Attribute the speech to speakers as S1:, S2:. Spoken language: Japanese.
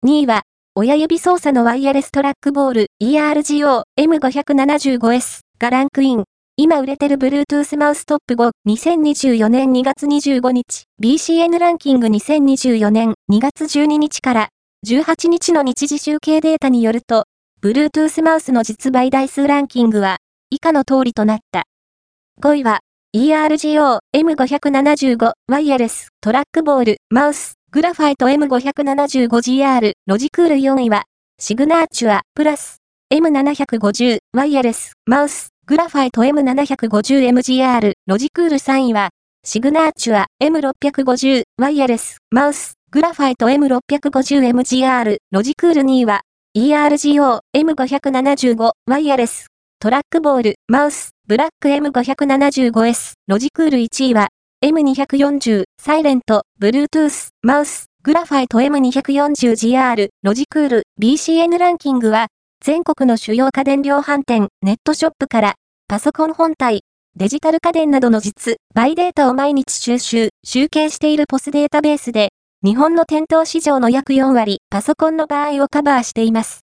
S1: 2位は、親指操作のワイヤレストラックボール ERGO M575S がランクイン。今売れてる Bluetooth マウストップ5、2024年2月25日、BCN ランキング2024年2月12日から18日の日時集計データによると、Bluetooth マウスの実売台数ランキングは以下の通りとなった。5位は、ERGO M575 ワイヤレストラックボールマウスグラファイト M575GR ロジクール4位は、シグナーチュアプラス M750 ワイヤレスマウスグラファイト M750MGR ロジクール3位は、シグナーチュア M650 ワイヤレスマウスグラファイト M650MGR ロジクール2位は、ERGO M575 ワイヤレストラックボールマウスブラック M575S ロジクール1位は、M240 サイレント Bluetooth マウスグラファイト M240GR ロジクール BCN ランキングは、全国の主要家電量販店、ネットショップから、パソコン本体、デジタル家電などの実、売データを毎日集計しているポスデータベースで、日本の店頭市場の約4割、パソコンの場合をカバーしています。